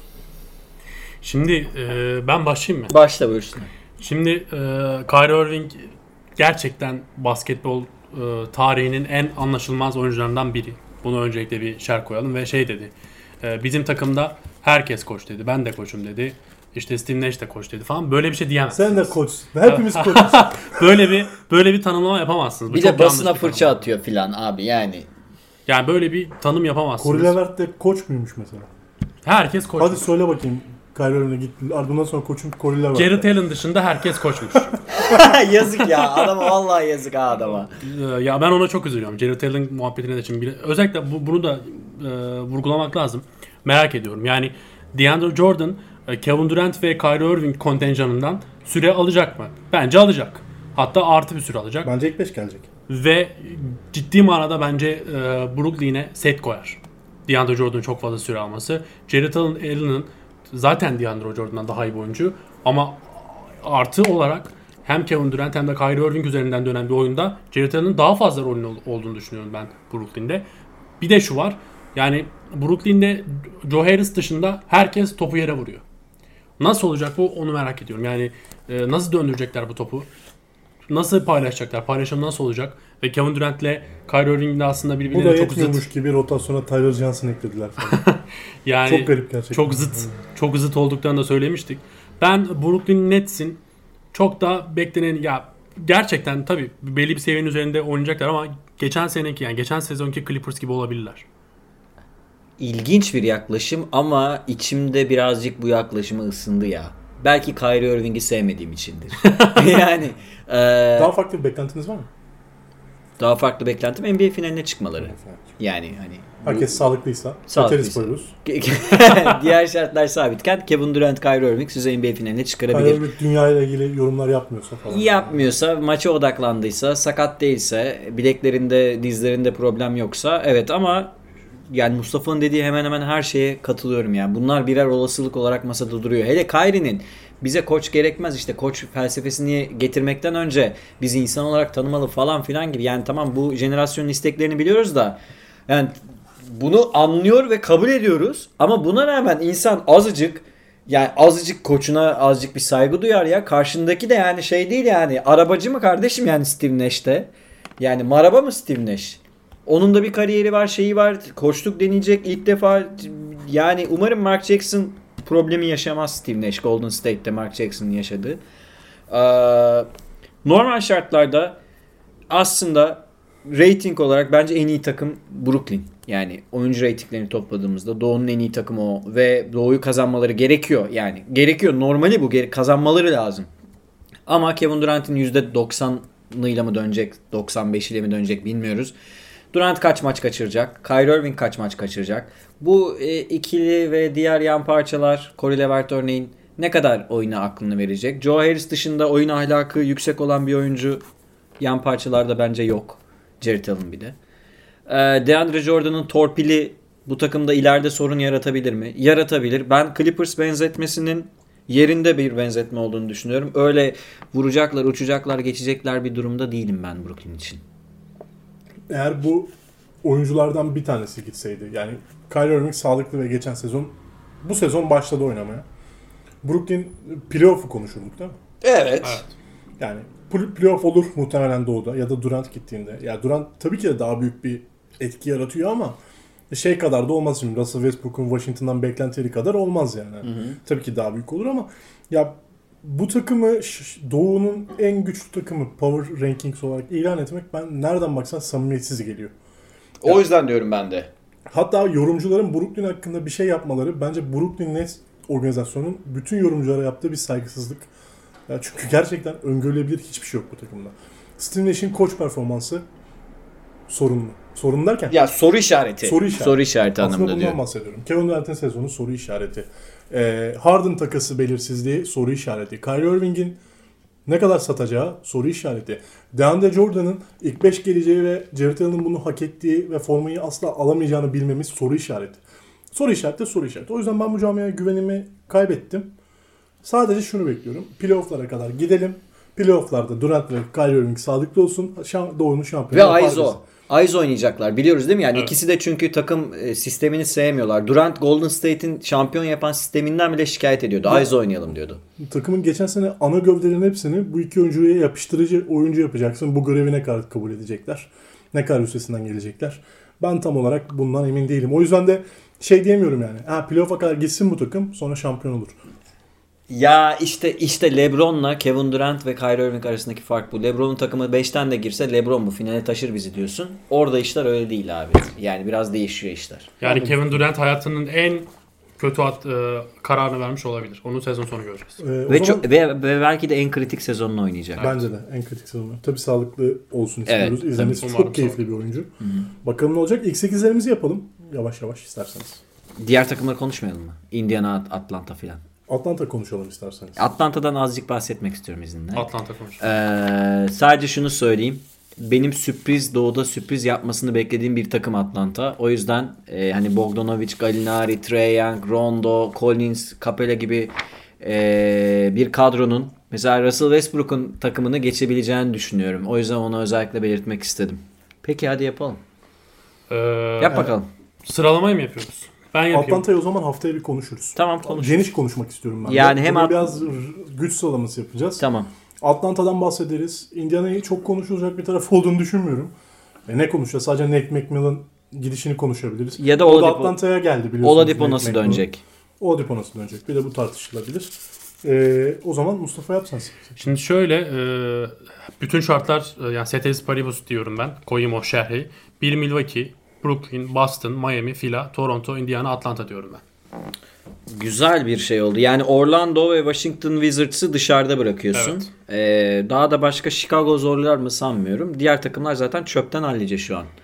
Şimdi e, ben başlayayım mı? Başla buyursun. Şimdi e, Kyrie Irving gerçekten basketbol e, tarihinin en anlaşılmaz oyuncularından biri. Bunu öncelikle bir şer koyalım ve şey dedi. E, bizim takımda herkes koç dedi. Ben de koçum dedi. İşte Steve Nash de koç dedi falan. Böyle bir şey diyemezsiniz. Sen de koçsun. Hepimiz koçuz. böyle bir böyle bir tanımlama yapamazsınız. Bu Bir çok de basına yanlış bir fırça tanımlama. atıyor filan abi yani. Yani böyle bir tanım yapamazsınız. Corey Levert de koç muymuş mesela? Herkes koç. Hadi söyle bakayım. Kyrie Irving'e git. Ardından sonra koçun Corey Levert. Jared Allen dışında herkes koçmuş. Yazık ya adama, vallahi yazık ha adama. Ee, ya ben ona çok üzülüyorum. Jared Allen muhabbetine de şimdi bile. Özellikle bu, bunu da e, vurgulamak lazım. Merak ediyorum. Yani DeAndre Jordan, Kevin Durant ve Kyrie Irving kontenjanından süre alacak mı? Bence alacak. Hatta artı bir süre alacak. Bence ilk beş gelecek. Ve ciddi manada bence e, Brooklyn'e set koyar. DeAndre Jordan'ın çok fazla süre alması. Jared Allen'ın zaten DeAndre Jordan'dan daha iyi bir oyuncu. Ama artı olarak hem Kevin Durant hem de Kyrie Irving üzerinden dönen bir oyunda Jared Allen'ın daha fazla rolünün olduğunu düşünüyorum ben Brooklyn'de. Bir de şu var. Yani Brooklyn'de Joe Harris dışında herkes topu yere vuruyor. Nasıl olacak bu onu merak ediyorum. Yani e, nasıl döndürecekler bu topu? Nasıl paylaşacaklar? Paylaşım nasıl olacak? Ve Kevin Durant'le Kyrie Irving de aslında Bu da birbirlerine çok yetmiyormuş zıt. gibi rotasyona Tyler Johnson eklediler falan. Yani Çok garip gerçekten. çok zıt. Çok zıt olduklarını da söylemiştik. Ben Brooklyn Nets'in çok da beklenen ya gerçekten tabii belli bir seviyenin üzerinde oynayacaklar ama geçen seneki yani geçen sezonki Clippers gibi olabilirler. İlginç bir yaklaşım ama içimde birazcık bu yaklaşıma ısındı ya. Belki Kyrie Irving'i sevmediğim içindir. yani e, Daha farklı bir beklentiniz var mı? daha farklı beklentim N B A finaline çıkmaları. Yani hani Herkes bu, sağlıklıysa, sağlıklıysa. koyuyoruz. Diğer şartlar sabitken Kevin Durant, Kyrie Irving size N B A finaline çıkarabilir. Kyrie Irving dünya ile ilgili yorumlar yapmıyorsa falan. Yapmıyorsa, maça odaklandıysa, sakat değilse, bileklerinde, dizlerinde problem yoksa evet ama yani Mustafa'nın dediği hemen hemen her şeye katılıyorum yani. Bunlar birer olasılık olarak masada duruyor. Hele Kyrie'nin bize koç gerekmez işte koç felsefesini getirmekten önce bizi insan olarak tanımalı falan filan gibi. Yani tamam bu jenerasyonun isteklerini biliyoruz da yani bunu anlıyor ve kabul ediyoruz. Ama buna rağmen insan azıcık yani azıcık koçuna azıcık bir saygı duyar ya. Karşındaki de yani şey değil yani arabacı mı kardeşim yani Steve Nash'te. Yani maraba mı Steve Nash? Onun da bir kariyeri var, şeyi var. Koçluk deneyecek ilk defa. Yani umarım Mark Jackson problemi yaşamaz Steve Nash. Golden State'te Mark Jackson'ın yaşadığı. Ee, normal şartlarda aslında rating olarak bence en iyi takım Brooklyn. Yani oyuncu ratinglerini topladığımızda Doğu'nun en iyi takımı o. Ve Doğu'yu kazanmaları gerekiyor. Yani gerekiyor. Normali bu. Kazanmaları lazım. Ama Kevin Durant'in yüzde doksanıyla mı dönecek, doksan beşiyle mi dönecek bilmiyoruz. Durant kaç maç kaçıracak? Kyrie Irving kaç maç kaçıracak? Bu e, ikili ve diğer yan parçalar, Corey Levert örneğin ne kadar oyuna aklını verecek? Joe Harris dışında oyun ahlakı yüksek olan bir oyuncu yan parçalarda bence yok. Jarrett Allen bir de. E, DeAndre Jordan'ın torpili bu takımda ileride sorun yaratabilir mi? Yaratabilir. Ben Clippers benzetmesinin yerinde bir benzetme olduğunu düşünüyorum. Öyle vuracaklar, uçacaklar, geçecekler bir durumda değilim ben Brooklyn için. Eğer bu oyunculardan bir tanesi gitseydi yani Kyrie Irving sağlıklı ve geçen sezon bu sezon başladı oynamaya. Brooklyn playoff'u konuşurduk değil mi? Evet. Evet. Yani playoff olur muhtemelen Doğu'da ya da Durant gittiğinde. Ya Durant tabii ki de daha büyük bir etki yaratıyor ama şey kadar da olmaz şimdi. Russell Westbrook'un Washington'dan beklentileri kadar olmaz yani. Hı hı. Tabii ki daha büyük olur ama ya bu takımı Doğu'nun en güçlü takımı Power Rankings olarak ilan etmek ben nereden baksan samimiyetsiz geliyor. O ya, yüzden diyorum ben de. Hatta yorumcuların Brooklyn hakkında bir şey yapmaları bence Brooklyn Nets organizasyonunun bütün yorumculara yaptığı bir saygısızlık. Ya çünkü gerçekten öngörülebilir hiçbir şey yok bu takımda. Steve Nash'in koç performansı sorunlu. Sorun derken? Ya soru işareti. Soru işareti, soru işareti anlamında diyorum. Aslında bundan bahsediyorum. Kevin Durant'in sezonu soru işareti. Ee, Harden takası belirsizliği soru işareti. Kyrie Irving'in ne kadar satacağı soru işareti. DeAndre Jordan'ın ilk beş geleceği ve Jarrett Allen'ın bunu hak ettiği ve formayı asla alamayacağını bilmemiz soru işareti. Soru işareti de soru işareti. O yüzden ben bu camiaya güvenimi kaybettim. Sadece şunu bekliyorum. Playoff'lara kadar gidelim. Playoff'larda Durant ve Kyrie Irving sağlıklı olsun. Doğu'nun şampiyonu. Ve Aizo. Aizo oynayacaklar. Biliyoruz değil mi? Yani evet. ikisi de çünkü takım sistemini sevmiyorlar. Durant Golden State'in şampiyon yapan sisteminden bile şikayet ediyordu. Aizo oynayalım diyordu. Takımın geçen sene ana gövdelerin hepsini bu iki oyuncuya yapıştırıcı oyuncu yapacaksın. Bu görevi ne kadar kabul edecekler? Ne kadar üstesinden gelecekler? Ben tam olarak bundan emin değilim. O yüzden de şey diyemiyorum yani. Ha, playoff'a kadar gitsin bu takım sonra şampiyon olur. Ya işte işte LeBron'la Kevin Durant ve Kyrie Irving arasındaki fark bu. LeBron'un takımı beşten de girse LeBron bu finale taşır bizi diyorsun. Orada işler öyle değil abi. Yani biraz değişiyor işler. Yani Anladım. Kevin Durant hayatının en kötü at, e, kararını vermiş olabilir. Onu sezon sonu göreceğiz. Ee, Ve, zaman, çok, ve, ve belki de en kritik sezonunu oynayacak. Bence de en kritik sezonu. Tabii sağlıklı olsun istiyoruz. Evet, İzlemesi tabii, çok umarım keyifli bir oyuncu. Hı-hı. Bakalım ne olacak. İlk sekizlerimizi yapalım. Yavaş yavaş isterseniz. Diğer takımları konuşmayalım mı? Indiana, Atlanta filan. Atlanta konuşalım isterseniz. Atlanta'dan azıcık bahsetmek istiyorum izninle. Atlanta konuş. Ee, sadece şunu söyleyeyim. Benim sürpriz doğuda sürpriz yapmasını beklediğim bir takım Atlanta. O yüzden e, hani Bogdanovic, Gallinari, Trae Young, Rondo, Collins, Capela gibi e, bir kadronun mesela Russell Westbrook'un takımını geçebileceğini düşünüyorum. O yüzden onu özellikle belirtmek istedim. Peki hadi yapalım. Ee, Yap bakalım. Sıralamayı mı yapıyoruz? Ben yapayım. Atlanta'yı o zaman haftaya bir konuşuruz. Tamam, konuşuruz. Geniş konuşmak istiyorum ben. Yani de. hem Bugün at- biraz güç sıralaması yapacağız. Tamam. Atlanta'dan bahsederiz. Indiana'yı çok konuşulacak bir taraf olduğunu düşünmüyorum. E ne konuşacağız? Sadece Nate McMillan gidişini konuşabiliriz. Ya da o da Oladipo- Atlanta'ya geldi biliyorsunuz. Oladipo Nate nasıl McMillan. dönecek? Oladipo nasıl dönecek? Bir de bu tartışılabilir. E, o zaman Mustafa yapsan. Şimdi şöyle e, bütün şartlar e, yani ceteris paribus diyorum ben. Koyayım o şerhi. Bir Milwaukee, Brooklyn, Boston, Miami, Phila, Toronto, Indiana, Atlanta diyorum ben. Güzel bir şey oldu. Yani Orlando ve Washington Wizards'ı dışarıda bırakıyorsun. Ee, daha da başka Chicago zorlar mı sanmıyorum. Diğer takımlar zaten çöpten hallice şu an.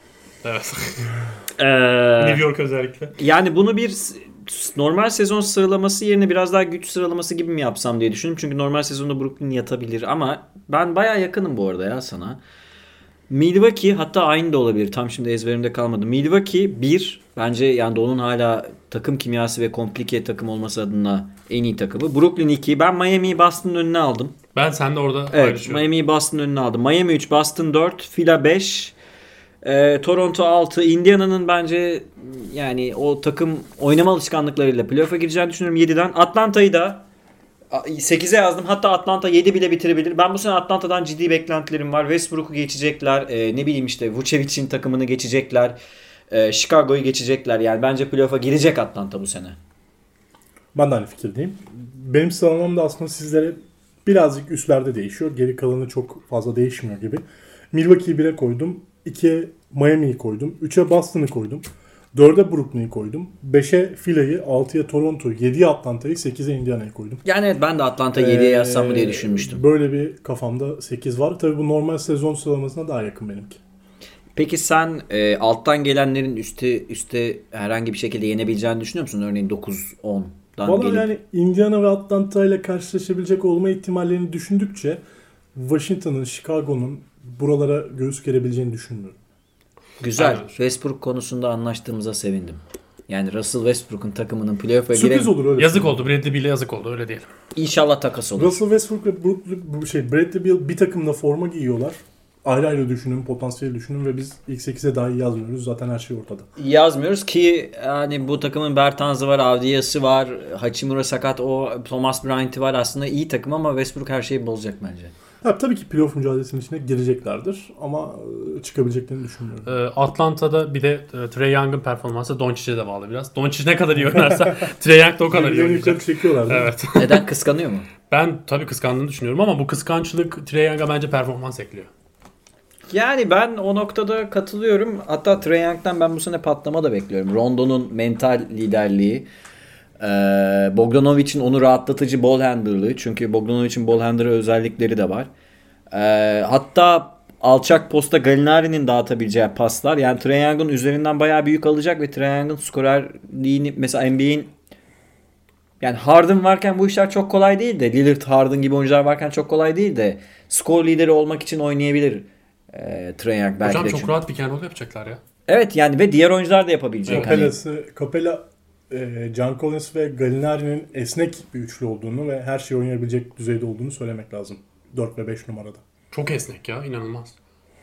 Evet. Ee, New York özellikle. Yani bunu bir s- normal sezon sıralaması yerine biraz daha güç sıralaması gibi mi yapsam diye düşündüm. Çünkü normal sezonda Brooklyn yatabilir ama ben baya yakınım bu arada ya sana. Milwaukee, hatta aynı da olabilir. Tam şimdi ezberimde kalmadı. Milwaukee bir. Bence yani Doğu'nun hala takım kimyası ve komplike takım olması adına en iyi takımı. Brooklyn iki. Ben Miami'yi Boston'ın önüne aldım. Ben sen de orada Evet, paylaşıyorum. Miami'yi Boston'ın önüne aldım. Miami üç, Boston dört, Phila beş, e, Toronto altı. Indiana'nın bence yani o takım oynama alışkanlıklarıyla playoff'a gireceğini düşünüyorum yediden. Atlanta'yı da sekize yazdım. Hatta Atlanta yedi bile bitirebilir. Ben bu sene Atlanta'dan ciddi beklentilerim var. Westbrook'u geçecekler. E, ne bileyim işte Vucevic'in takımını geçecekler. E, Chicago'yu geçecekler. Yani bence playoff'a girecek Atlanta bu sene. Ben de aynı fikirdeyim. Benim sıralamam da aslında sizlere birazcık üstlerde değişiyor. Geri kalanı çok fazla değişmiyor gibi. Milwaukee'yi bire koydum. ikiye Miami'yi koydum. üçe Boston'ı koydum. dörde Brooklyn'i koydum. beşe Phila'yı, altıya Toronto'yu, yediye Atlanta'yı, sekize Indiana'yı koydum. Yani evet, ben de Atlanta yediye Ee, yazsam mı diye düşünmüştüm. Böyle bir kafamda sekiz var. Tabii bu normal sezon sıralamasına daha yakın benimki. Peki sen e, alttan gelenlerin üste üste herhangi bir şekilde yenebileceğini düşünüyor musun? Örneğin dokuz ondan Valla gelip. yani Indiana ve Atlanta ile karşılaşabilecek olma ihtimallerini düşündükçe Washington'ın, Chicago'nun buralara göğüs gerebileceğini düşünmüyorum. Güzel. Aynen. Westbrook konusunda anlaştığımıza sevindim. Yani Russell Westbrook'un takımının playoff'a Sürpriz giren olur öyle. Yazık söyleyeyim. oldu. Bradley Beal'e yazık oldu öyle diyelim. İnşallah takas olur. Russell Westbrook ve Brooklyn, bu şey Bradley Beal bir takımda forma giyiyorlar. Ayrı ayrı düşünün, potansiyeli düşünün ve biz ilk sekize dahi yazmıyoruz. Zaten her şey ortada. Yazmıyoruz ki yani bu takımın Bertans'ı var, Avdiya'sı var, Hachimura sakat, o Thomas Bryant'i var. Aslında iyi takım ama Westbrook her şeyi bozacak bence. Ha, tabii ki playoff mücadelesinin içine gireceklerdir ama e, çıkabileceklerini düşünmüyorum. Ee, Atlanta'da bir de e, Trae Young'ın performansı Doncic'e de bağlı biraz. Doncic ne kadar iyi oynarsa Trae Young da o kadar iyi Birbirlerini oynayacak. yukarı çekiyorlar değil mi? Evet. Neden, kıskanıyor mu? Ben tabii kıskandığını düşünüyorum ama bu kıskançlık Trae Young'a bence performans ekliyor. Yani ben o noktada katılıyorum. Hatta Trae Young'dan ben bu sene patlama da bekliyorum. Rondo'nun mental liderliği, ee, Bogdanovic'in onu rahatlatıcı ball handler'lığı. Çünkü Bogdanovic'in ball handler özellikleri de var. Ee, hatta alçak posta Gallinari'nin dağıtabileceği paslar. Yani Trae Young'un üzerinden bayağı büyük alacak ve Trae Young'un skorerliğini mesela N B A'in, yani Harden varken bu işler çok kolay değil de, Lillard, Harden gibi oyuncular varken çok kolay değil de skor lideri olmak için oynayabilir e, Trae Young belki Hocam de. çok çünkü. rahat pick and roll yapacaklar ya. Evet yani ve diğer oyuncular da yapabilecek. Hani. Capella'sı, Capella, e, John Collins ve Gallinari'nin esnek bir üçlü olduğunu ve her şeyi oynayabilecek düzeyde olduğunu söylemek lazım. dört ve beş numarada. Çok esnek ya, inanılmaz.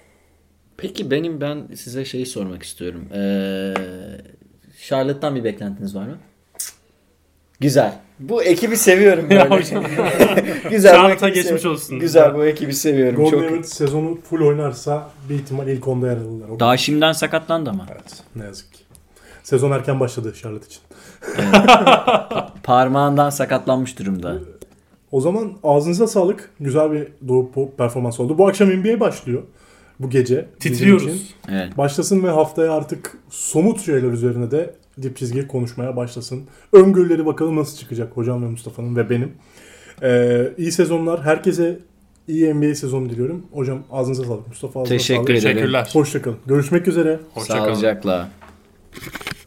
Peki benim ben size şeyi sormak istiyorum. Ee, Charlotte'tan bir beklentiniz var mı? Güzel. Bu ekibi seviyorum böyle. Güzel. Charlotte'a geçmiş olsun. Güzel, bu ekibi seviyorum. Golden Çok. State sezonu full oynarsa bir ihtimal ilk onda yer alırlar. O- Daha şimdiden sakatlandı ama. Evet, ne yazık ki. Sezon erken başladı Charlotte için. Parmağından sakatlanmış durumda. O zaman ağzınıza sağlık. Güzel bir doğu performans oldu. Bu akşam N B A başlıyor. Bu gece. bizim Titriyoruz. için. Evet. Başlasın ve haftaya artık somut şeyler üzerine de dip çizgi konuşmaya başlasın. Öngörüleri bakalım nasıl çıkacak hocam ve Mustafa'nın ve benim. Ee, iyi sezonlar. Herkese iyi N B A sezonu diliyorum. Hocam ağzınıza sağlık. Mustafa ağzına Teşekkür sağlık. ederim. Teşekkürler. Hoşçakalın. Görüşmek üzere. Hoşça kalın. Sağlıcakla.